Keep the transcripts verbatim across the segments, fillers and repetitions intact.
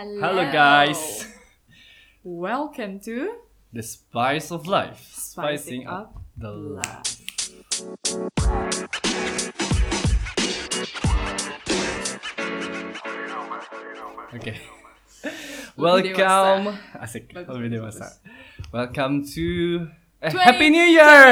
Hello. Hello guys. Welcome to The Spice of Life. Spicing Up the Life. life. Oke. Welcome. Asik. Bagus, Lebih bagus, dewasa. Welcome to eh, twenty Happy New Year.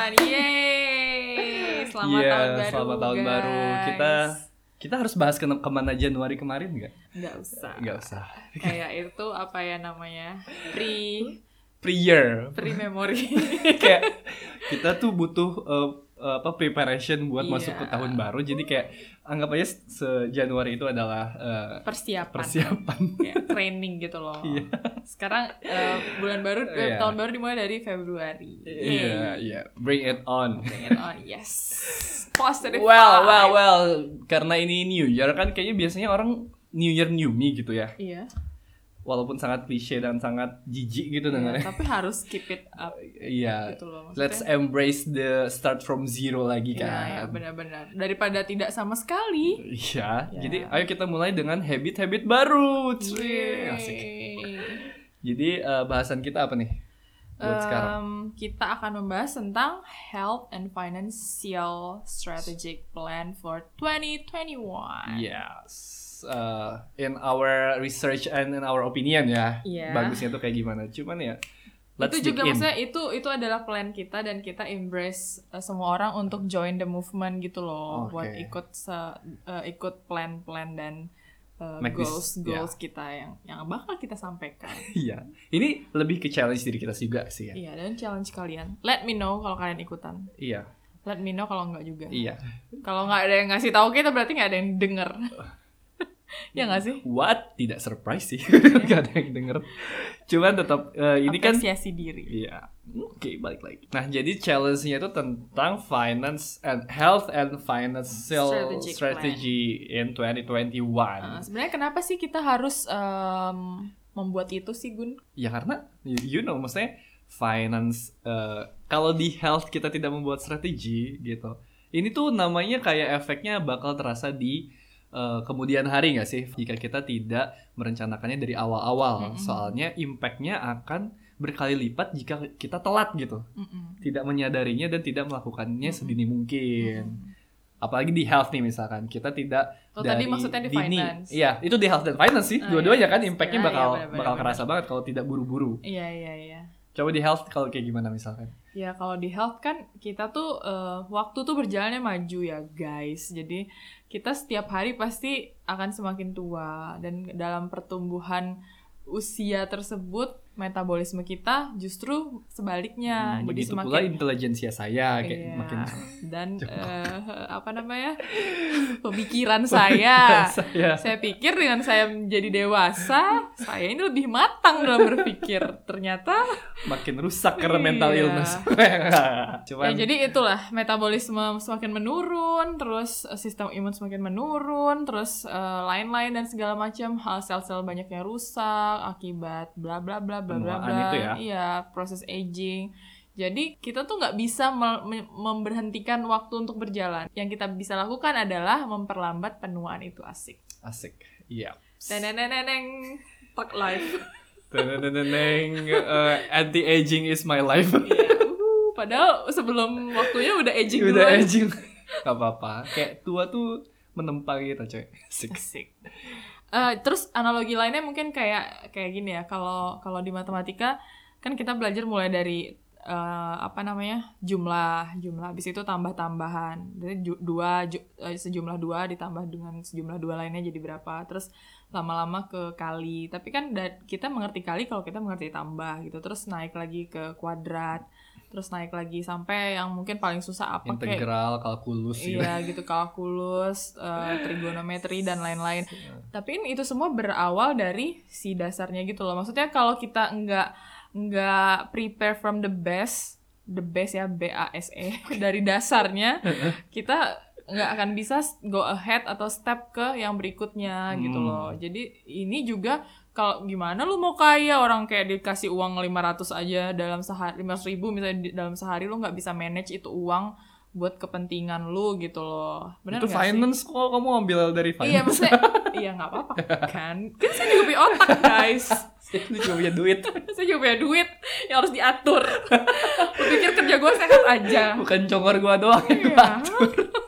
Yeay. Selamat Iya, tahun baru. selamat tahun guys. baru. Kita kita harus bahas ke kemana Januari kemarin nggak? Nggak usah. Nggak usah. Kayak itu apa ya namanya? Pre Pre-year. pre memory. Kayak kita tuh butuh uh, uh, apa preparation buat Iya. masuk ke tahun baru. Jadi kayak anggap aja se-Januari itu adalah uh, Persiapan. persiapan. Ya, training gitu loh. Iya. Sekarang uh, bulan baru eh, Iya. tahun baru dimulai dari Februari. Iya, iya. Bring it on. Bring it on. Yes. Positive Well, vibe. well, well. Karena ini New Year kan kayaknya biasanya orang New Year New Me gitu ya. Iya. Walaupun sangat klise dan sangat jijik gitu Iya, dengarnya. tapi harus keep it up Iya. gitu loh. Let's Maksudnya, embrace the start from zero lagi iya, kan. iya, benar-benar. Daripada tidak sama sekali. Iya, Ya. jadi ayo kita mulai dengan habit-habit baru. Cih, asik. Yeay. Jadi uh, bahasan kita apa nih buat sekarang? Em, kita akan membahas tentang health and financial strategic plan for twenty twenty-one. Yes, uh, in our research and in our opinion ya, Iya. bagusnya tuh kayak gimana? Cuman ya, let's Itu juga dig in. maksudnya itu itu adalah plan kita dan kita embrace uh, semua orang untuk join the movement gitu loh, Oke. buat ikut se- uh, ikut plan-plan dan uh, Make this- goals goals kita yang yang bakal kita sampaikan. Iya, ini lebih ke challenge diri kita juga sih ya. Iya, dan challenge kalian. Let me know kalau kalian ikutan. Iya, Let me know kalau enggak juga. iya. Kalau nggak ada yang ngasih tahu kita berarti nggak ada yang denger. Ya nggak sih? What? Tidak surprise sih, gak ada yang denger. Cuman tetap uh, ini kan. Apresiasi diri. Iya, oke balik lagi. Nah, jadi challenge-nya itu tentang finance and health and financial Strategic strategy in twenty twenty-one. Nah, sebenarnya kenapa sih kita harus em, membuat itu sih, Gun? Ya karena you know, maksudnya finance uh, kalau di health kita tidak membuat strategi gitu. Ini tuh namanya kayak efeknya bakal terasa di uh, kemudian hari nggak sih? Jika kita tidak merencanakannya dari awal-awal, Mm-mm. soalnya impact-nya akan berkali lipat jika kita telat gitu. Mm-mm. Tidak menyadarinya dan tidak melakukannya Mm-mm. sedini mungkin. Mm. Apalagi di health nih misalkan, kita tidak Oh, tadi maksudnya di dini. finance. Iya, itu di health dan finance sih. Oh, Dua-duanya iya. kan impact-nya Iya, bakal iya, benar, bakal benar, kerasa banget kalau tidak buru-buru. Iya, iya, iya. Coba di health kalau kayak gimana misalkan? Ya kalau di health kan kita tuh eh, waktu tuh berjalannya maju ya guys. Jadi kita setiap hari pasti akan semakin tua dan dalam pertumbuhan usia tersebut metabolisme kita justru sebaliknya. Hmm, Jadi begitu semakin pula intelijensia saya kayak Iya. makin dan eh, apa namanya pemikiran saya. saya. Saya pikir dengan saya menjadi dewasa, saya ini lebih matang dalam berpikir. Ternyata makin rusak karena mental Iya. illness. Cuman ya jadi itulah metabolisme semakin menurun, terus eh, sistem imun semakin menurun, terus eh, lain-lain dan segala macam hal sel-sel banyak yang rusak akibat bla bla bla bla bla Penuaan bla. itu ya. Iya, proses aging. Jadi kita tuh nggak bisa me- me- memberhentikan waktu untuk berjalan. Yang kita bisa lakukan adalah memperlambat penuaan itu. Asik. asik. Iya. Neneng-neneng talk life. Teneneneng, uh, anti-aging is my life. Iya, uhuh. Padahal sebelum waktunya udah aging Udah duluan. aging. Gak apa-apa. Kayak tua tuh menempa gitu coy. Asik. Asik. Eh, terus analogi lainnya mungkin kayak kayak gini ya. Kalau kalau di matematika kan kita belajar mulai dari eh, apa namanya jumlah jumlah habis itu tambah-tambahan. Jadi ju- dua ju- eh, sejumlah dua ditambah dengan sejumlah dua lainnya jadi berapa. Terus lama-lama ke kali. Tapi kan da- kita mengerti kali kalau kita mengerti tambah gitu. Terus naik lagi ke kuadrat. Terus naik lagi sampai yang mungkin paling susah apa kayak Integral, kalkulus gitu. iya gitu kalkulus, eh, trigonometri dan lain-lain. Tapi ini itu semua berawal dari si dasarnya gitu loh. Maksudnya kalau kita nggak nggak prepare from the best, the best ya B A S E dari dasarnya, kita nggak akan bisa go ahead atau step ke yang berikutnya gitu Hmm. loh. Jadi ini juga kalau gimana lu mau kaya orang kayak dikasih uang lima ratus aja dalam sehari, lima ratus ribu misalnya di, dalam sehari lu nggak bisa manage itu uang buat kepentingan lu gitu loh. Benar itu nggak finance sih? kok kamu ambil dari finance? Iya maksudnya, iya nggak apa-apa kan? Kan saya juga punya otak guys. Saya juga punya duit. Saya juga punya duit yang harus diatur. Lu pikir kerja gue sehat aja? Bukan congor gua doang yang Iya. diatur.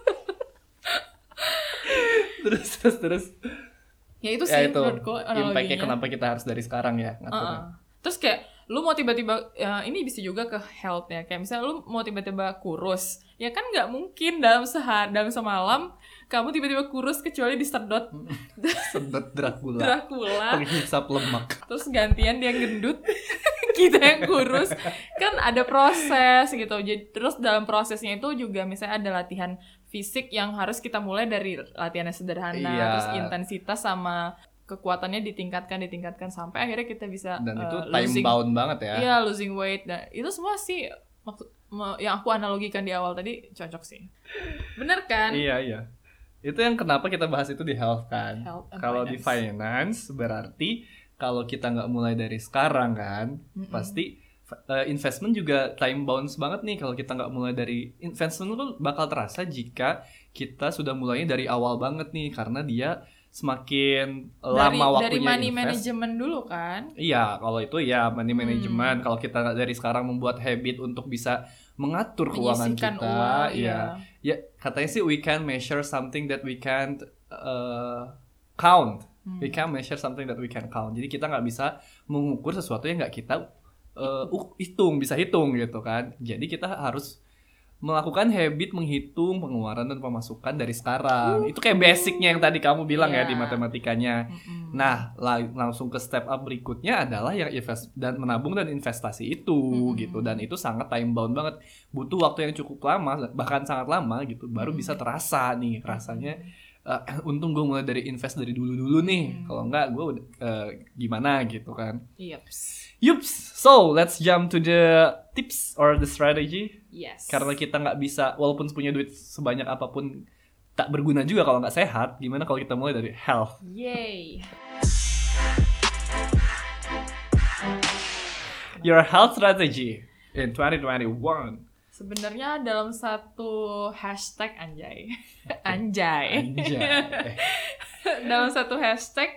terus terus terus. Ya itu Ya sih itu menurutku impact-nya analoginya. kenapa kita harus dari sekarang ya ngaturnya. Uh-uh. Terus kayak lu mau tiba-tiba ya, ini bisa juga ke health ya, kayak misalnya lu mau tiba-tiba kurus ya kan nggak mungkin dalam sehari dalam semalam kamu tiba-tiba kurus kecuali disedot Sedot Dracula. Dracula Penghisap lemak. terus gantian dia gendut kita yang kurus kan ada proses gitu. Jadi terus dalam prosesnya itu juga misalnya ada latihan fisik yang harus kita mulai dari latihan yang sederhana, Iya. terus intensitas sama kekuatannya ditingkatkan ditingkatkan sampai akhirnya kita bisa Dan uh, itu time losing, bound banget ya. iya losing weight. Dan itu semua sih maksud me- yang aku analogikan di awal tadi cocok sih, bener kan? Iya iya. Itu yang kenapa kita bahas itu di health kan. Health and Kalau di finance berarti kalau kita nggak mulai dari sekarang kan, Mm-mm. pasti uh, investment juga time bounds banget nih. Kalau kita nggak mulai dari investment itu bakal terasa jika kita sudah mulainya dari awal banget nih, karena dia semakin dari, lama dari waktunya money invest. management dulu kan? Iya, kalau itu ya money Hmm. management. Kalau kita nggak dari sekarang membuat habit untuk bisa mengatur keuangan Menyisihkan kita, uang, ya, iya. ya katanya sih we can measure something that we can't uh, count. Hmm. We can measure something that we can count. Jadi kita nggak bisa mengukur sesuatu yang nggak kita uh, uh, hitung, bisa hitung gitu kan. Jadi kita harus melakukan habit menghitung pengeluaran dan pemasukan dari sekarang. Itu kayak basicnya yang tadi kamu bilang ya Iya. di matematikanya. Mm-mm. Nah, la- langsung ke step up berikutnya adalah yang invest dan menabung dan investasi itu Hmm. gitu. Dan itu sangat time bound banget. Butuh waktu yang cukup lama, bahkan sangat lama gitu baru Hmm. bisa terasa nih rasanya. Uh, untung gue mulai dari invest dari dulu-dulu nih. Hmm. Kalau enggak gue uh, gimana gitu kan. Yeps. Yups. So, let's jump to the tips or the strategy. Yes. Karena kita nggak bisa, walaupun punya duit sebanyak apapun, tak berguna juga kalau nggak sehat. Gimana kalau kita mulai dari health? Yay. Your health strategy in twenty twenty-one. Sebenarnya dalam satu hashtag anjay. Anjay. Anjay. Dalam satu hashtag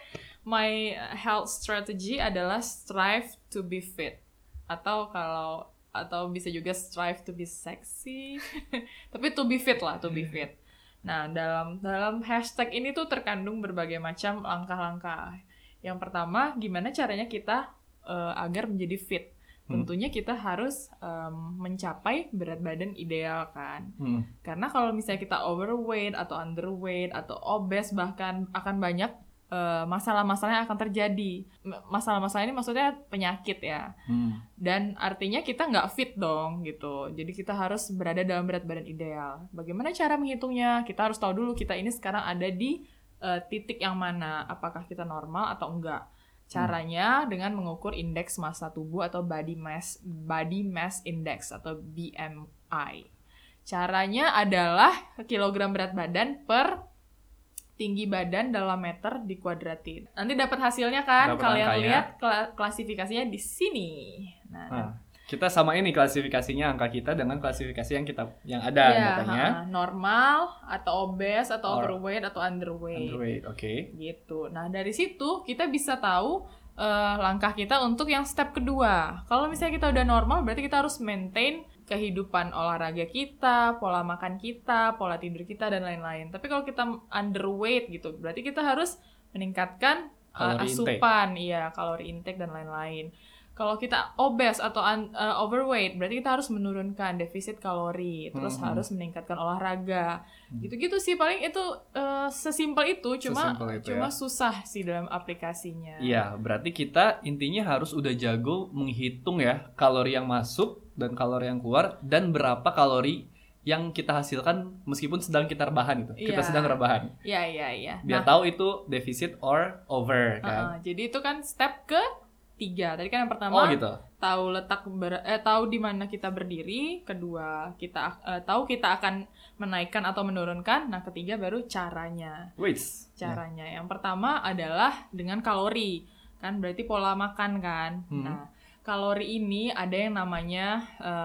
my health strategy adalah strive to be fit. Atau kalau atau bisa juga strive to be sexy. Tapi to be fit lah, to be fit. Nah, dalam dalam hashtag ini tuh terkandung berbagai macam langkah-langkah. Yang pertama, gimana caranya kita uh, agar menjadi fit? Tentunya kita harus um, mencapai berat badan ideal kan. Hmm. Karena kalau misalnya kita overweight atau underweight atau obes, bahkan akan banyak uh, masalah-masalah yang akan terjadi. M- Masalah-masalah ini maksudnya penyakit ya. Hmm. Dan artinya kita nggak fit dong gitu. Jadi kita harus berada dalam berat badan ideal. Bagaimana cara menghitungnya? Kita harus tahu dulu kita ini sekarang ada di uh, titik yang mana. Apakah kita normal atau enggak? Caranya dengan mengukur indeks massa tubuh atau body mass body mass index atau B M I. Caranya adalah kilogram berat badan per tinggi badan dalam meter dikuadratin. Nanti dapat hasilnya kan? Dapat Kalian angkanya. lihat kla- klasifikasinya di sini. Nah, Nah, kita sama ini klasifikasinya angka kita dengan klasifikasi yang kita yang ada ya, katanya. ha-ha. Normal atau obes atau Or- overweight atau underweight. Underweight, oke. Gitu. Nah, dari situ kita bisa tahu eh, langkah kita untuk yang step kedua. Kalau misalnya kita udah normal, berarti kita harus maintain kehidupan olahraga kita, pola makan kita, pola tidur kita, dan lain-lain. Tapi kalau kita underweight gitu, berarti kita harus meningkatkan eh, Kalori asupan, iya, kalori intake dan lain-lain. Kalau kita obes atau un- uh, overweight, berarti kita harus menurunkan defisit kalori, terus Hmm. harus meningkatkan olahraga. Gitu-gitu sih, paling itu uh, sesimpel itu, cuma Sesimpel itu cuma ya. susah sih dalam aplikasinya. Iya, berarti kita intinya harus udah jago menghitung ya kalori yang masuk dan kalori yang keluar dan berapa kalori yang kita hasilkan meskipun sedang kita rebahan itu. Kita Iya. sedang rebahan. Iya, iya, iya. Biar tahu itu defisit or over kan. uh-uh, jadi itu kan step ke tiga. Tadi kan yang Oh pertama gitu. tahu letak ber- eh tahu di mana kita berdiri, kedua kita eh, tahu kita akan menaikkan atau menurunkan. Nah, ketiga baru caranya. Wait. Caranya yang pertama adalah dengan kalori. Kan berarti pola makan kan. Hmm. Nah, kalori ini ada yang namanya eh,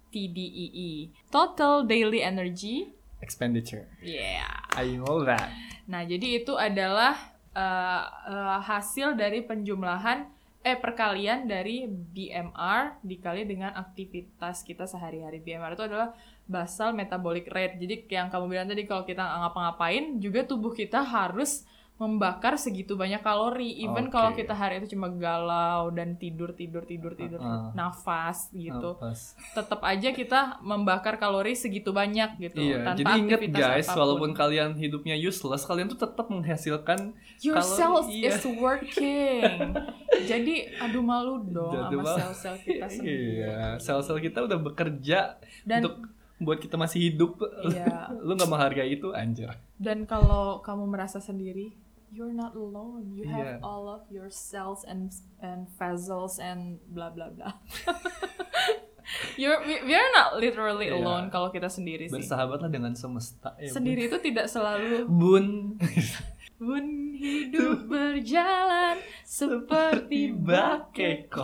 T D E E, Total Daily Energy Expenditure. Yeah. I know that. Nah, jadi itu adalah uh, uh, hasil dari penjumlahan eh perkalian dari B M R dikali dengan aktivitas kita sehari-hari. B M R itu adalah basal metabolic rate. Jadi yang kamu bilang tadi, kalau kita ngapa-ngapain juga tubuh kita harus membakar segitu banyak kalori. Even okay. kalau kita hari itu cuma galau dan tidur tidur tidur tidur uh-uh. nafas gitu, Nafas. tetap aja kita membakar kalori segitu banyak gitu. Iya, tanpa jadi ingat aktivitas guys, apapun. walaupun kalian hidupnya useless, kalian tuh tetap menghasilkan your kalori. cells Iya. is working. Jadi adu malu dong Adu sama malu. sel-sel kita sendiri. Iya, sel-sel kita udah bekerja Dan- untuk buat kita masih hidup. Iya. Lu nggak menghargai itu, anjir. Dan kalau kamu merasa sendiri, you're not alone. You Iya. have all of your cells and and vessels and blah blah blah. You're we, we are not literally Iya. alone kalau kita sendiri sih. Bersahabatlah dengan semesta. Ya, Sendiri itu tidak selalu Bun. Bun hidup berjalan seperti Bakeko.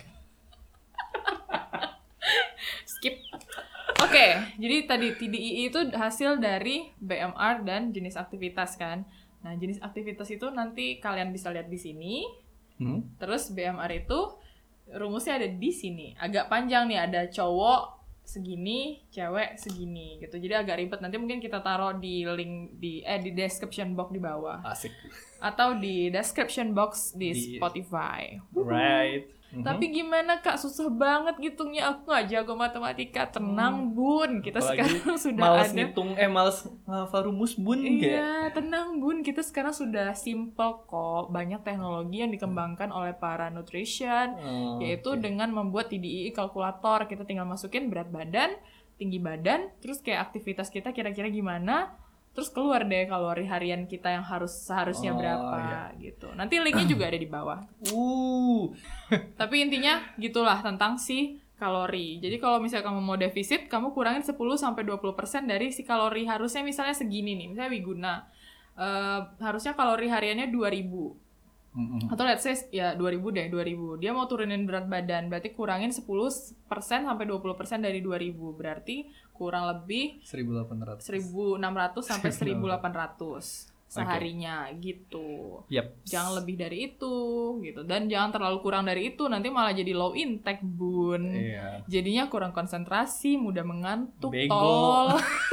skip. Oke, okay, jadi tadi T D E E itu hasil dari B M R dan jenis aktivitas kan. Nah, jenis aktivitas itu nanti kalian bisa lihat di sini. Hmm? Terus B M R itu rumusnya ada di sini. Agak panjang nih, ada cowok segini, cewek segini gitu. Jadi agak ribet. Nanti mungkin kita taruh di link di eh di description box di bawah Asik. atau di description box di, Di- Spotify. Right. Mhm. Tapi gimana Kak, susah banget ngitungnya, aku gak jago matematika. Tenang Bun, kita Apalagi sekarang sudah males ada. ngitung, eh males ngafal rumus bun kayak. Iya, tenang Bun, kita sekarang sudah simple kok. Banyak teknologi yang dikembangkan oleh para nutrition, Oh, yaitu oke. dengan membuat T D E E kalkulator. Kita tinggal masukin berat badan, tinggi badan, terus kayak aktivitas kita kira-kira gimana, terus keluar deh kalori harian kita yang harus seharusnya Oh, berapa iya. gitu. Nanti linknya juga ada di bawah. Uh. Tapi intinya gitulah tentang si kalori. Jadi kalau misalnya kamu mau defisit, kamu kurangin sepuluh sampai dua puluh persen dari si kalori. Harusnya misalnya segini nih, misalnya Wiguna. Uh, harusnya kalori hariannya dua ribu. Mm-mm. Atau let's say ya dua ribu deh, dua ribu. Dia mau turunin berat badan, berarti kurangin sepuluh persen sampai dua puluh persen dari dua ribu. Berarti kurang lebih seribu delapan ratus. seribu enam ratus sampai seribu delapan ratus seharinya gitu. Yap. Jangan lebih dari itu gitu, dan jangan terlalu kurang dari itu, nanti malah jadi low intake Bun. Iya. Jadinya kurang konsentrasi, mudah mengantuk, Bego. tol.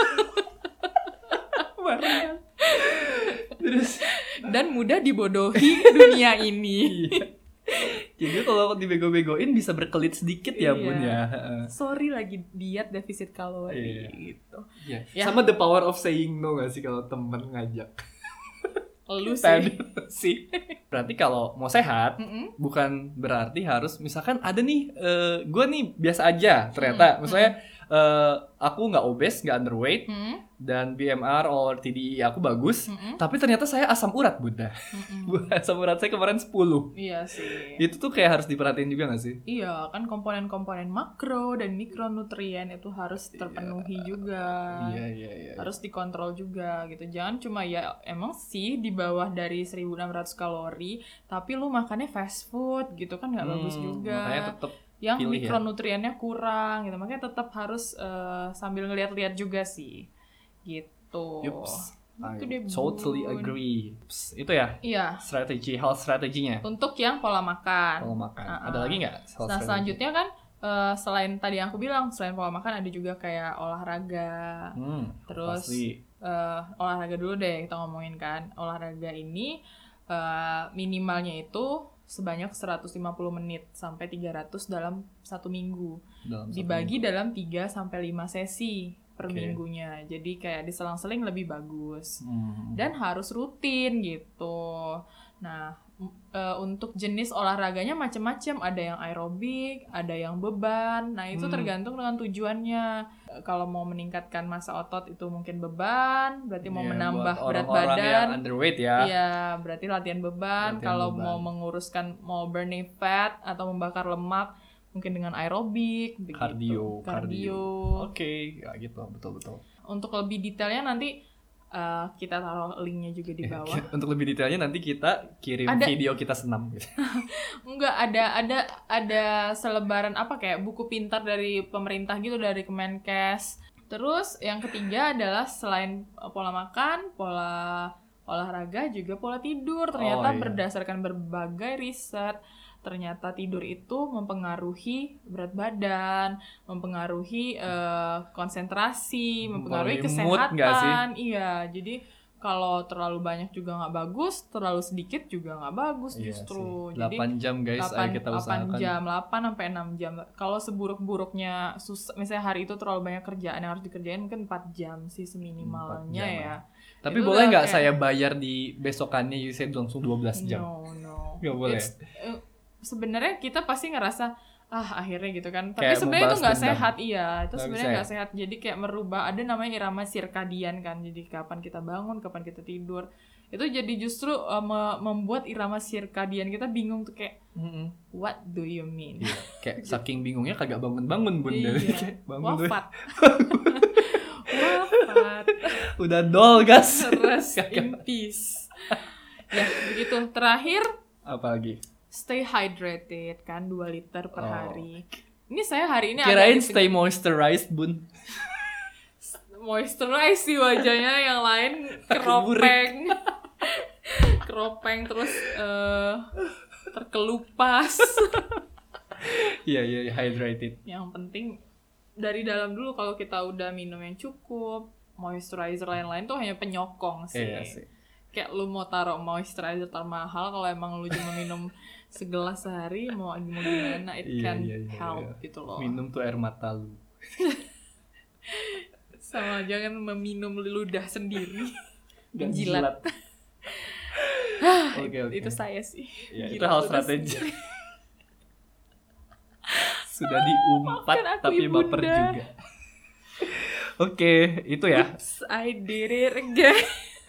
Terus Dan mudah dibodohi dunia ini. iya. Jadi kalau dibego-begoin bisa berkelit sedikit ya, Iya. Bun ya. Heeh. Sorry lagi diet defisit kalori Iya. gitu. Iya. Ya. Sama the power of saying no gak sih kalau temen ngajak? Lu Tadi sih. sih. Berarti kalau mau sehat, Mm-mm. bukan berarti harus misalkan ada nih, eh gue nih biasa aja ternyata. Mm, Misalnya eh, aku nggak obes, nggak underweight, Mm-mm. dan B M R or T D E E aku bagus. Mm-mm. Tapi ternyata saya asam urat, Bunda. Mm-mm. Asam urat saya kemarin sepuluh. Iya sih. Itu tuh kayak harus diperhatiin juga gak sih? Iya, kan komponen-komponen makro dan mikronutrien itu harus terpenuhi juga. Iya, iya, iya. Harus dikontrol juga gitu. Jangan cuma ya emang sih di bawah dari seribu enam ratus kalori, tapi lu makannya fast food gitu kan nggak Hmm, bagus juga. Makanya tetap Yang pilih ya. mikronutriennya kurang gitu. Makanya tetap harus eh, sambil ngeliat-lihat juga sih. Gitu. Yups. Gitu I deh, totally Bun. agree. Yups, itu ya Iya. strategi, health strateginya. Untuk yang pola makan. Kalau makan. Uh-uh. Ada lagi nggak? health Nah, strategy? selanjutnya kan eh, selain tadi yang aku bilang, selain pola makan ada juga kayak olahraga. Hmm, Terus pasti. eh, olahraga dulu deh kita ngomongin kan. Olahraga ini eh, minimalnya itu sebanyak seratus lima puluh menit sampai tiga ratus dalam satu minggu. Dalam satu Dibagi dalam tiga sampai lima sesi per Oke. minggunya. Jadi kayak diselang-seling lebih bagus. Hmm. Dan harus rutin gitu. Nah, m- eh, untuk jenis olahraganya macam-macam, ada yang aerobik, ada yang beban. Nah, itu Hmm. tergantung dengan tujuannya. Eh, Kalau mau meningkatkan massa otot itu mungkin beban, berarti mau Iya, menambah buat berat orang-orang badan. yang underweight ya. Iya, berarti latihan beban. Latihan Kalau beban. mau menguruskan, mau burning fat atau membakar lemak, mungkin dengan aerobik, begitu. Kardio, Kardio. Oke, ya gitu, betul betul. Untuk lebih detailnya nanti Uh, kita taruh linknya juga di bawah. Untuk lebih detailnya nanti kita kirim ada, video kita senam gitu. Enggak, ada ada ada selebaran apa kayak buku pintar dari pemerintah gitu, dari Kemenkes. Terus yang ketiga adalah selain pola makan, pola olahraga, juga pola tidur. Ternyata oh, iya. berdasarkan berbagai riset, ternyata tidur itu mempengaruhi berat badan, mempengaruhi uh, konsentrasi, mempengaruhi kesehatan. Iya, jadi kalau terlalu banyak juga nggak bagus, terlalu sedikit juga nggak bagus iya justru. Sih. delapan Jadi jam guys, delapan, ayo kita usahakan. delapan jam, delapan sampai enam jam. Kalau seburuk-buruknya susah, misalnya hari itu terlalu banyak kerjaan yang harus dikerjain, mungkin empat jam sih seminimalnya ya. Tapi itu boleh nggak kayak... saya bayar di besokannya saya langsung dua belas jam? No, no. Nggak boleh. It's, uh, sebenarnya kita pasti ngerasa ah akhirnya gitu kan, tapi sebenarnya itu nggak sehat. Iya, itu sebenarnya nggak sehat. Jadi kayak merubah, ada namanya irama sirkadian kan, jadi kapan kita bangun, kapan kita tidur, itu jadi justru uh, me- membuat irama sirkadian kita bingung tuh kayak mm-hmm. what do you mean? Iya, kayak saking bingungnya kagak bangun-bangun bun. Iya. Bangun wafat wafat udah dol gas. Rest in peace. Ya begitu. Terakhir apa lagi? Stay hydrated kan, dua liter per oh. hari. Ini saya hari ini kirain stay moisturized bun. Moisturize sih wajahnya, yang lain keropeng. Keropeng terus uh, terkelupas. Iya iya hydrated. Yang penting dari dalam dulu, kalau kita udah minum yang cukup, moisturizer lain-lain tuh hanya penyokong sih. Iya sih. Kayak lu mau taruh moisturizer termahal, kalau emang lu cuma minum segelas sehari, mau mau gimana, it iya, can iya, iya, help iya. gitu loh. Minum tuh air mata lu. Sama jangan meminum ludah sendiri. Dan jilat. Oke oke. Itu saya sih. Ya, itu hal strategi. Sudah diumpat tapi ibunda. Baper juga. Oke, itu ya. Oops, I did it again.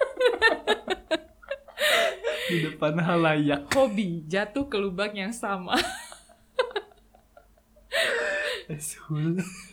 Di depan halayak. Hobi jatuh ke lubang yang sama. Asul.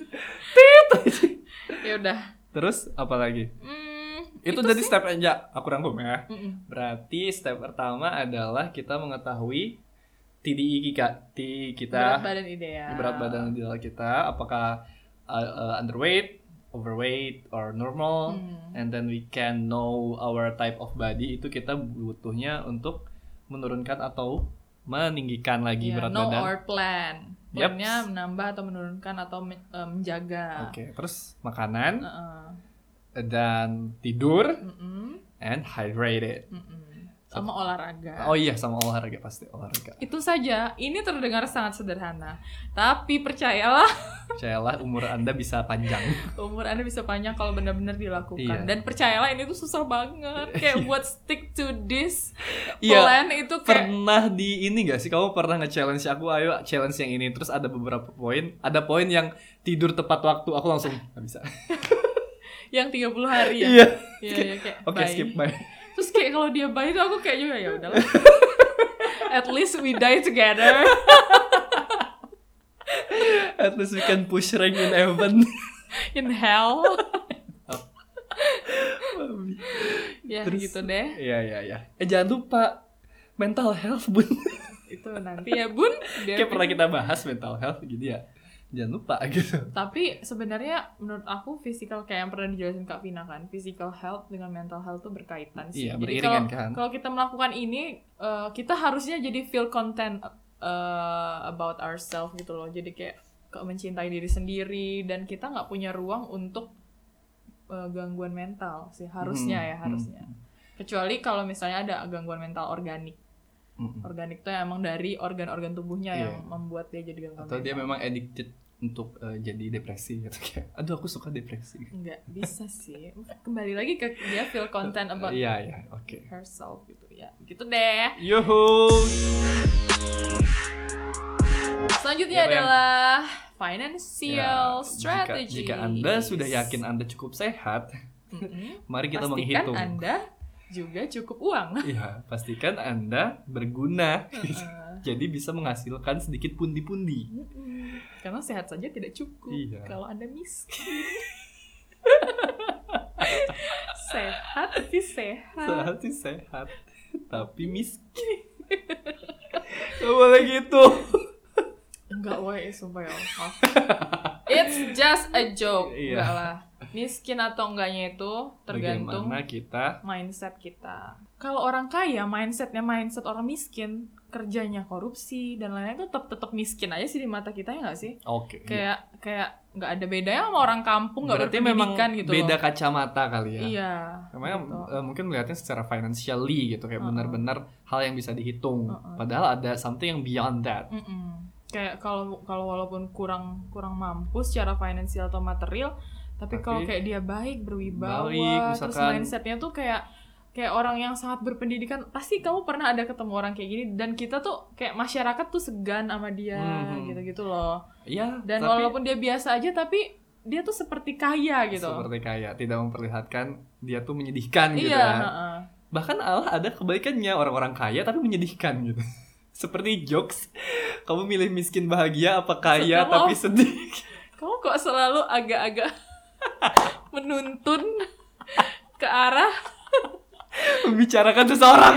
Ya udah. Terus apa lagi? Mm, itu itu jadi sih. step aja. Aku rangkum ya. Mm-mm. Berarti step pertama adalah kita mengetahui T D I kita, kita berat badan ideal. Berat badan ideal kita, apakah uh, uh, underweight, overweight, or normal, hmm. and then we can know our type of body. Itu kita butuhnya untuk menurunkan atau meninggikan lagi yeah, berat know badan. Know our plan. Plannya yep. menambah atau menurunkan atau men- uh, menjaga. Oke, okay. Terus makanan, uh-uh. dan tidur, Mm-mm. and hydrated. Mm-mm. Sama olahraga. Oh iya, sama olahraga, pasti olahraga. Itu saja. Ini terdengar sangat sederhana, tapi percayalah, percayalah umur Anda bisa panjang. Umur Anda bisa panjang kalau benar-benar dilakukan. Iya. Dan percayalah ini tuh susah banget. Kayak buat stick to this iya. plan itu kayak pernah di ini gak sih? Kamu pernah nge-challenge aku, ayo challenge yang ini. Terus ada beberapa poin. Ada poin yang tidur tepat waktu. Aku langsung gak bisa. Yang tiga puluh hari ya? Iya. Iya, iya kayak Oke, okay, skip bye. Terus kayak kalau dia bye itu aku kayak juga ya udahlah. At least we die together. At least we can push rank in heaven. In hell. Ya terus, gitu deh. Iya iya iya. Eh jangan lupa mental health bun. Itu nanti ya bun. Kayak pernah kita bahas mental health gitu ya. Jangan lupa gitu. Tapi sebenarnya menurut aku physical, kayak yang pernah dijelasin Kak Vina kan, physical health dengan mental health tuh berkaitan sih. Iya, jadi kalau kan. Kalau kita melakukan ini, uh, kita harusnya jadi feel content uh, about ourselves gitu loh. Jadi kayak mencintai diri sendiri, dan kita nggak punya ruang untuk uh, gangguan mental sih harusnya hmm, ya harusnya. Hmm. Kecuali kalau misalnya ada gangguan mental organik. Mm-mm. Organik tuh emang dari organ-organ tubuhnya yeah. yang membuat dia jadi gangguan atau mental. Dia memang addicted untuk uh, jadi depresi gitu kayak aduh aku suka depresi. Nggak bisa sih, kembali lagi ke dia feel content about uh, yeah, yeah. Okay. herself gitu ya, gitu deh. Yuhu. Selanjutnya ya, adalah financial ya, strategy. Jika, jika Anda sudah yakin Anda cukup sehat, mm-hmm. mari kita pastikan menghitung. Anda juga cukup uang. Iya, pastikan Anda berguna. Uh-uh. Jadi bisa menghasilkan sedikit pundi-pundi. Uh-uh. Karena sehat saja tidak cukup. Iya. Kalau Anda miskin. Sehat sih sehat. Sehat sih sehat, tapi miskin. Gak boleh gitu. Enggak, woy, sumpah ya Allah. It's just a joke. Iya. Enggak lah. Miskin atau enggaknya itu tergantung Bagaimana kita. mindset kita. Kalau orang kaya, mindsetnya mindset orang miskin, kerjanya korupsi dan lain-lain, itu tetap tetap miskin aja sih di mata kita, ya nggak sih? Oke. Kayak kayak nggak ada bedanya sama orang kampung nggak Berarti memang berpendidikan gitu beda loh. kacamata kali ya. Iya. Namanya gitu. uh, mungkin melihatnya secara financially gitu, kayak Uh-uh. benar-benar hal yang bisa dihitung. Uh-uh. Padahal ada something yang beyond that. Mm-mm. Kayak kalau kalau walaupun kurang kurang mampu secara finansial atau material, tapi, Tapi kalau kayak dia baik, berwibawa, baik, terus misalkan- mindsetnya tuh kayak kayak orang yang sangat berpendidikan, pasti kamu pernah ada ketemu orang kayak gini, dan kita tuh kayak masyarakat tuh segan sama dia, Hmm. gitu-gitu loh. Iya. Dan tapi walaupun dia biasa aja, tapi dia tuh seperti kaya gitu. seperti kayak tidak memperlihatkan dia tuh menyedihkan gitu Iya. kan. heeh. Bahkan Allah ada kebaikannya, orang-orang kaya tapi menyedihkan gitu. Seperti jokes, kamu milih miskin bahagia apa kaya Kamu- tapi sedih. Kamu kok selalu agak-agak menuntun ke arah Membicarakan seseorang.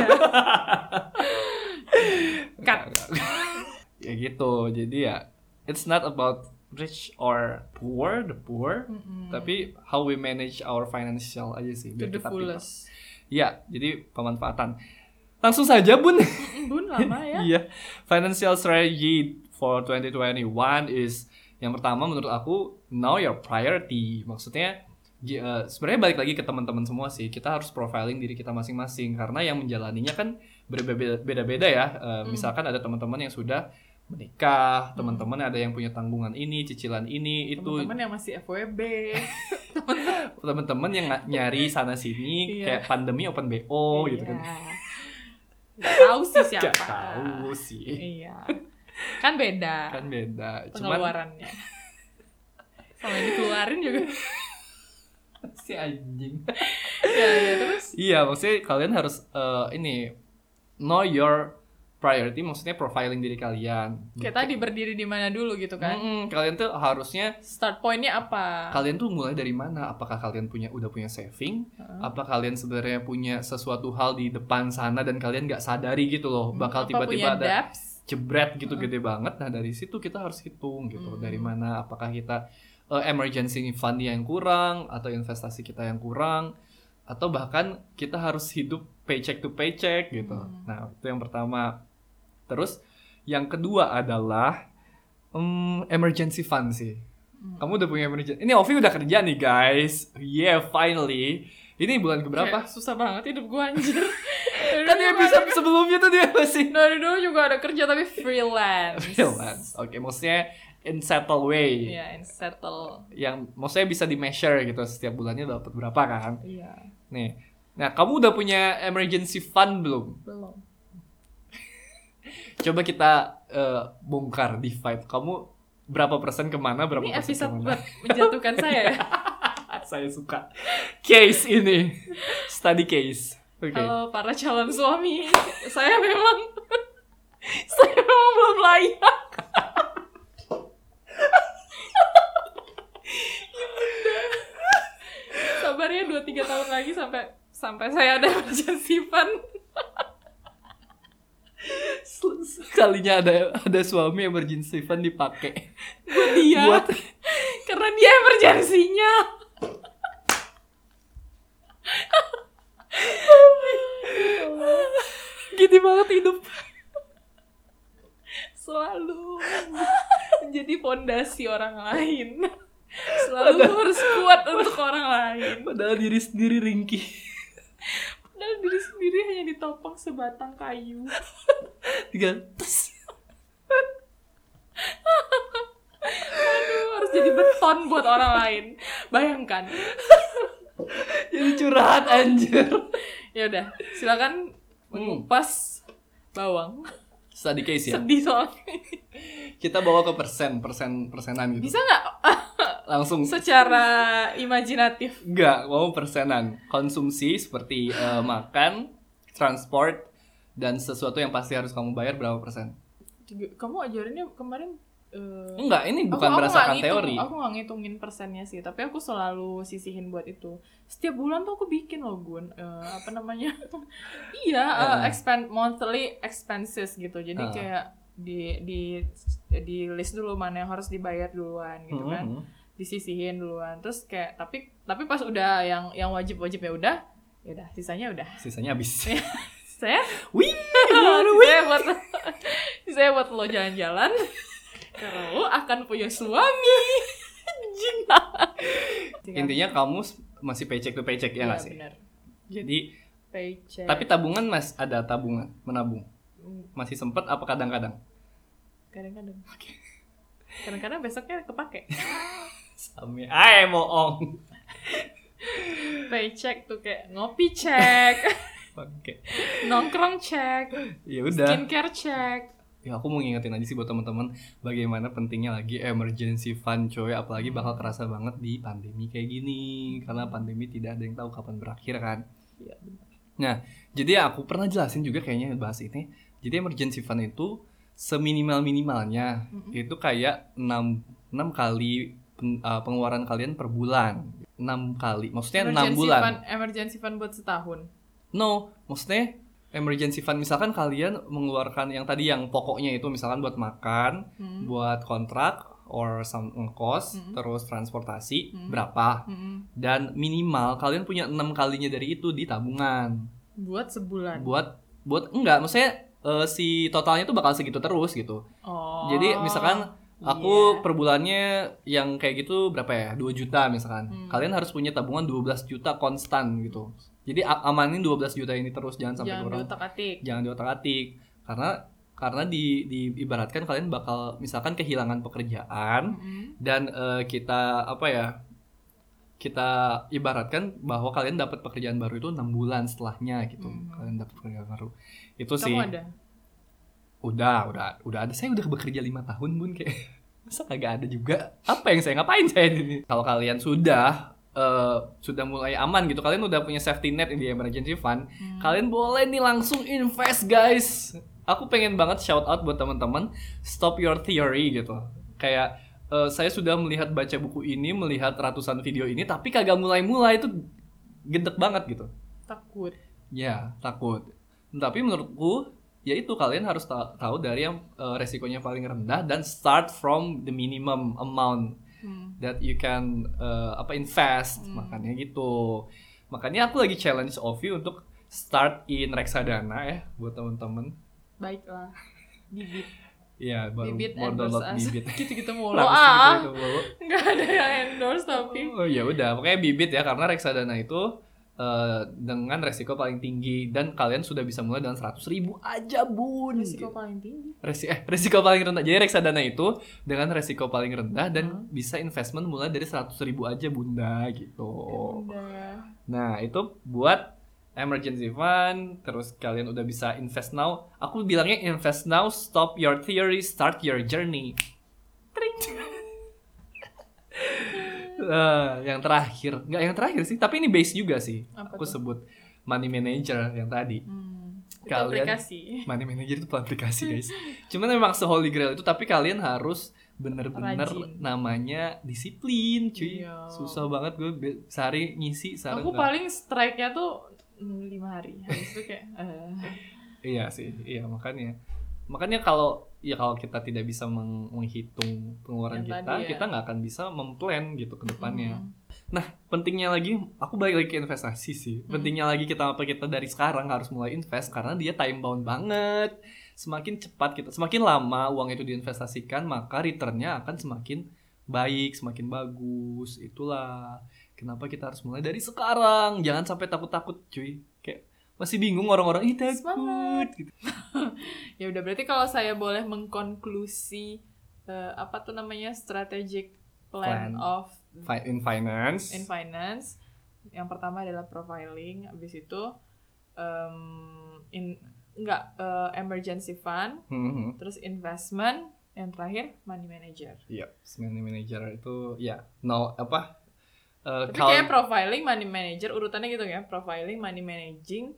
cut. Ya gitu. Jadi ya it's not about rich or poor, the poor, Mm-mm. tapi how we manage our financial aja sih. To biar the kita fullest. Ya, jadi pemanfaatan. Langsung saja, Bun. Bun, lama ya. Iya. Financial strategy for twenty twenty-one is yang pertama menurut aku know your priority. Maksudnya gi- eh, sebenarnya balik lagi ke teman-teman semua sih. Kita harus profiling diri kita masing-masing karena yang menjalaninya kan berbeda- beda-beda ya. Eh, Misalkan ada teman-teman yang sudah menikah, teman-teman ada yang punya tanggungan ini, cicilan ini, itu Teman-teman yang masih F W B. teman-teman yang nga- nyari sana sini Iya. kayak pandemi open B O gitu kan. Gak tahu sih siapa. Gak tahu sih. Iya. Kan beda Kan beda. Cuman pengeluarannya. Sama yang dikeluarin juga. si anjing. Ya, ya, terus Iya, maksudnya kalian harus eh, ini know your priority, maksudnya profiling diri kalian. kayak tadi berdiri di mana dulu gitu kan. Mm-mm, kalian tuh harusnya Start point-nya apa? kalian tuh mulai dari mana? Apakah kalian punya udah punya saving? Heeh. Apa kalian sebenarnya punya sesuatu hal di depan sana dan kalian nggak sadari gitu loh, bakal Apa tiba-tiba punya ada debts? jebret gitu gede banget. Nah dari situ kita harus hitung gitu, Hmm. dari mana? Apakah kita eh, emergency fund yang kurang atau investasi kita yang kurang, atau bahkan kita harus hidup paycheck to paycheck gitu. Hmm. Nah itu yang pertama. Terus yang kedua adalah um, emergency fund sih. Hmm. Kamu udah punya emergency. Ini Ovi udah kerja nih guys. Yeah, finally. Ini bulan keberapa? Kayak susah banget hidup gue anjir. Kan di episode sebelumnya tuh dia masih Dari dulu juga ada kerja tapi freelance. freelance. Oke, maksudnya in settle way. Iya, in settle. Yang maksudnya bisa di measure gitu setiap bulannya dapat berapa kan. Iya. Nih. Nah, kamu udah punya emergency fund belum? Belum. Coba kita eh, bongkar, divide. Kamu berapa persen kemana, berapa Ini persen episode kemana? buat menjatuhkan saya ya. Saya suka case ini, study case. Oke. Halo para calon suami, saya memang saya memang belum layak. Ibunda. Sabar ya dua tiga tahun lagi sampai sampai saya ada emergency fund. Sekalinya ada ada suami emergency fund dipakai Buat dia. buat Karena dia emergensinya. gini banget hidup. Selalu menjadi fondasi orang lain. Selalu harus kuat untuk orang lain. Padahal diri sendiri ringkih. Padahal diri sendiri hanya ditopang sebatang kayu. Tinggal tes. Aduh, harus jadi beton buat orang lain. Bayangkan. Jadi curhat anjir. Ya udah, silakan mengupas bawang. Study case ya. Sedih soalnya. Kita bawa ke persen, persen persenan gitu. Bisa nggak Langsung secara imajinatif? enggak, mau persenan. Konsumsi seperti eh, makan, transport, dan sesuatu yang pasti harus kamu bayar berapa persen? Kamu ajarinnya kemarin Uh, Enggak, ini bukan aku, aku berdasarkan ngitung, teori. Aku nggak ngitungin persennya sih, tapi aku selalu sisihin buat itu. Setiap bulan tuh aku bikin loh Gun, uh, apa namanya? Iya, uh, expand monthly expenses gitu. Jadi uh. kayak di di di list dulu mana yang harus dibayar duluan gitu kan, mm-hmm. disisihin duluan. Terus kayak tapi tapi pas udah yang yang wajib-wajib ya udah, ya udah sisanya udah. Sisanya habis. Saya, wih, saya buat saya buat lo jalan-jalan. Karena lo akan punya suami. Jina. Intinya kamu masih paycheck to paycheck ya nggak sih? Benar. Jadi paycheck. Tapi tabungan mas ada tabungan menabung. Masih sempet apa kadang-kadang? Kadang-kadang. Oke. Okay. Kadang-kadang besoknya kepake. Sami, ay moong. Paycheck tuh kayak ngopi cek. Oke. Nongkrong cek. Ya udah. Skincare cek. Ya aku mau ngingetin aja sih buat teman-teman bagaimana pentingnya lagi emergency fund coy, apalagi bakal kerasa banget di pandemi kayak gini karena pandemi tidak ada yang tahu kapan berakhir kan. Iya benar. Nah, jadi aku pernah jelasin juga kayaknya bahas ini. Jadi emergency fund itu seminimal-minimalnya mm-hmm. itu kayak enam kali pen, uh, pengeluaran kalian per bulan. enam kali. Maksudnya emergency enam bulan. Fund, emergency fund buat setahun. No, maksudnya emergency fund misalkan kalian mengeluarkan yang tadi yang pokoknya itu misalkan buat makan, hmm. buat kontrak or some cost, hmm. terus transportasi hmm. berapa. Hmm. Dan minimal kalian punya enam kalinya dari itu di tabungan. Buat sebulan. Buat buat enggak, maksudnya uh, si totalnya tuh bakal segitu terus gitu. Oh. Jadi misalkan aku yeah. per bulannya yang kayak gitu berapa ya? dua juta misalkan. Hmm. Kalian harus punya tabungan dua belas juta konstan gitu. Jadi amanin dua belas juta ini terus, jangan sampai kurang. Jangan diotak-atik. Jangan diotak-atik. Karena karena di diibaratkan kalian bakal misalkan kehilangan pekerjaan mm-hmm. dan uh, kita apa ya? Kita ibaratkan bahwa kalian dapat pekerjaan baru itu enam bulan setelahnya gitu. Mm-hmm. Kalian dapat pekerjaan baru. Itu Kamu sih. ada? Udah, udah, udah ada. Saya udah bekerja lima tahun, Bun, kayak. Masa kagak ada juga? Apa yang saya ngapain saya ini? Kalau kalian sudah Uh, sudah mulai aman gitu, kalian udah punya safety net di emergency fund, hmm. kalian boleh nih langsung invest guys. Aku pengen banget shout out buat teman-teman Stop Your Theory gitu. Kayak uh, saya sudah melihat baca buku ini, melihat ratusan video ini, tapi kagak mulai-mulai, itu gedek banget gitu. Takut. Ya takut. Tapi menurutku ya itu kalian harus ta- tahu dari yang uh, resikonya paling rendah dan start from the minimum amount Hmm. that you can uh, apa invest, hmm. makanya gitu. Makanya aku lagi challenge Ovi untuk start in reksadana ya buat teman-teman. Baiklah. Bibit. Iya, baru bibit mau download bibit. Gitu-gitu mulu. Ah. Enggak ada yang endorse tapi. Oh ya udah, pokoknya bibit ya karena reksadana itu uh, dengan resiko paling tinggi dan kalian sudah bisa mulai dengan seratus ribu aja, Bun. Resiko paling tinggi. Resi eh resiko paling rendah. Jadi reksadana itu dengan resiko paling rendah dan hmm. bisa investment mulai dari seratus ribu aja, Bunda gitu. Bunda. Nah, itu buat emergency fund, terus kalian udah bisa invest now. Aku bilangnya invest now, stop your theory, start your journey. Tring. Uh, yang terakhir, nggak yang terakhir sih, tapi ini base juga sih. Apa aku tuh? Sebut money manager yang tadi. Hmm, kalian aplikasi. Money manager itu aplikasi guys. Cuman memang se-holy grail itu, tapi kalian harus bener-bener rajin. Namanya disiplin, cuy. Iya. Susah banget gue sehari ngisi. Sehari aku enggak. Paling strike-nya tuh lima hari. Habis itu kayak. Uh. Iya sih, iya makanya. Makanya kalau ya kalau kita tidak bisa meng- menghitung pengeluaran yang kita, ya. Kita nggak akan bisa memplan gitu ke depannya. Mm. Nah, pentingnya lagi, aku balik lagi ke investasi sih. Mm. Pentingnya lagi kita apa kita dari sekarang harus mulai invest karena dia time bound banget. Semakin cepat kita, semakin lama uang itu diinvestasikan, maka returnnya akan semakin baik, semakin bagus. Itulah kenapa kita harus mulai dari sekarang. Jangan sampai takut-takut, cuy. Kayak masih bingung orang-orang ini takut gitu. Ya udah, berarti kalau saya boleh mengkonklusi uh, apa tuh namanya strategic plan, plan of fi- in finance. In finance, yang pertama adalah profiling, habis itu um, in enggak uh, emergency fund, mm-hmm. terus investment, yang terakhir money manager. Iya, yep, money manager itu ya, no apa? Uh, Tapi kayak profiling, money manager urutannya gitu ya, profiling, money managing.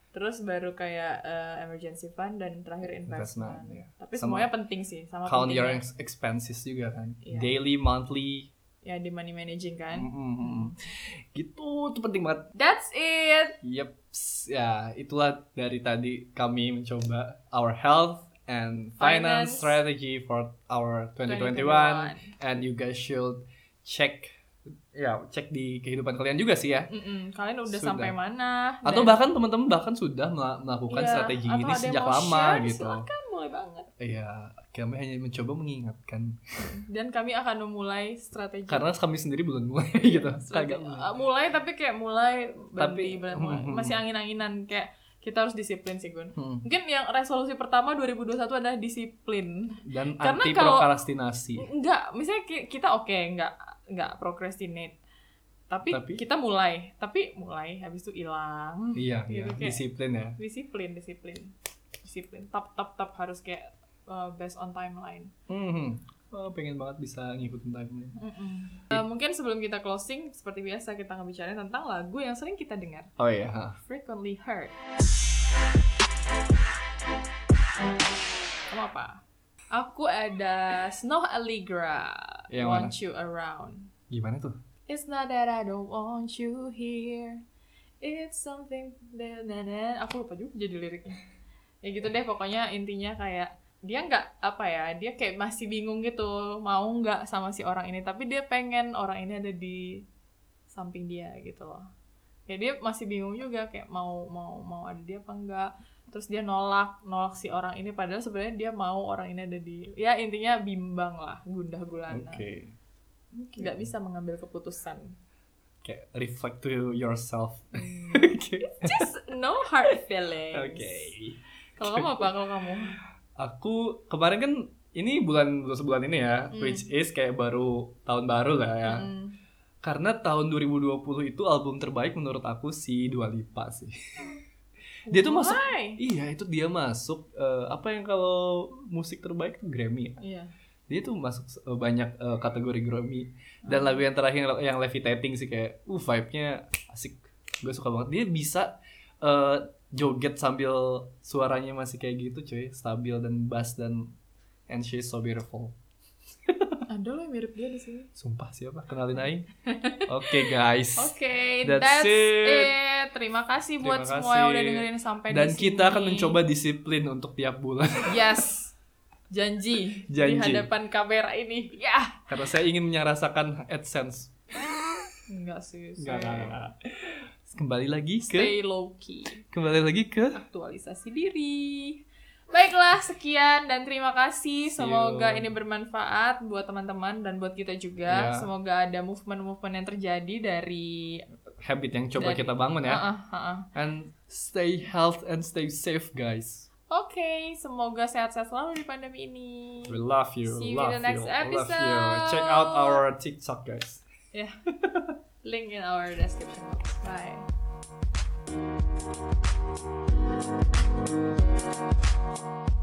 terus baru kayak uh, emergency fund dan terakhir investment. Investment, ya. Tapi Sama semuanya penting sih, sama count your pentingnya. ex- expenses juga kan, Iya. daily, monthly. Ya di money managing kan. Mm-mm. Gitu, itu penting banget. That's it. Yep, ya itulah dari tadi kami mencoba our health and finance, Finance. strategy for our twenty twenty-one, and you guys should check, ya cek di kehidupan kalian juga sih ya. Mm-mm. Kalian udah Sudah. sampai mana? Atau Dan- bahkan teman-teman bahkan sudah mela- melakukan Iya, strategi atau ini ada yang sejak mau lama share, gitu. Silakan, boleh banget. Iya, kami hanya mencoba mengingatkan Dan kami akan memulai strategi. karena kami sendiri belum mulai gitu. Strategi- Kagak mulai. uh, mulai tapi kayak mulai Tapi- berhenti, berhenti, mulai. hmm, hmm, masih angin-anginan kayak kita harus disiplin sih Gun. Hmm. Mungkin yang resolusi pertama dua ribu dua puluh satu adalah disiplin. Dan Karena anti kalau- prokrastinasi. Enggak, misalnya ki- kita oke, enggak enggak procrastinate. Tapi, Tapi- kita mulai, tapi mulai habis itu hilang. Iya, iya, Gitu, kayak disiplin ya. disiplin, disiplin. Disiplin. Tap tap tap harus kayak uh, based on timeline. Hmm. Oh, pengen banget bisa ngikutin timeline. Uh, mungkin sebelum kita closing, seperti biasa kita ngebicarain tentang lagu yang sering kita dengar. Oh iya. ha. Frequently heard. Kamu apa? Aku ada Snow Allegra, Yang Want mana? You Around. Gimana tuh? It's not that I don't want you here. It's something that na na. Aku lupa juga jadi liriknya. Ya gitu deh, pokoknya intinya kayak dia nggak apa ya, dia kayak masih bingung gitu mau nggak sama si orang ini, tapi dia pengen orang ini ada di samping dia gitu loh. Kayak dia masih bingung juga kayak mau mau mau ada dia apa enggak. Terus dia nolak nolak si orang ini padahal sebenarnya dia mau orang ini ada di, ya intinya bimbang lah, gundah gulana. Oke. Nggak bisa mengambil keputusan. Kayak reflect to yourself. Hmm. Oke. Just no hard feelings. Oke. Kalau kamu apa? Kalau kamu? Aku kemarin kan ini bulan bulan sebulan ini ya, Hmm. which is kayak baru tahun baru lah ya. Hmm. Karena tahun dua ribu dua puluh itu album terbaik menurut aku si Dua Lipa sih. Dia tuh masuk, Why? iya itu dia masuk eh, apa yang kalau musik terbaik tuh Grammy ya. Iya. Dia tuh masuk eh, banyak eh, kategori Grammy. Dan lagu yang terakhir yang Levitating sih kayak uh vibe-nya asik. Gue suka banget. Dia bisa eh, joget sambil suaranya masih kayak gitu cuy, stabil dan bass dan and she's so beautiful. Ada loh yang mirip dia di sini. Sumpah siapa? Kenalin aing. Oke guys. Oke, That's that's, it. it. Terima kasih buat Terima semua yang kasih. udah dengerin sampai Dan di sini. kita akan mencoba disiplin untuk tiap bulan. Yes. Janji, Janji. di hadapan kamera ini. Ya. Karena saya ingin merasakan AdSense. Enggak sih. Enggak, saya enggak, enggak. Kembali lagi ke Stay low key. kembali lagi ke Aktualisasi diri. Baiklah, sekian dan terima kasih. See Semoga you. ini bermanfaat buat teman-teman dan buat kita juga. Ya. Semoga ada movement-movement yang terjadi dari habit yang coba Dari- kita bangun ya. Uh-uh, uh-uh. And stay health and stay safe guys. Oke, semoga sehat-sehat selalu di pandemi ini. We love you. See you love in the next you. Love you. episode. Check out our TikTok guys. Yeah. Link in our description box. Bye.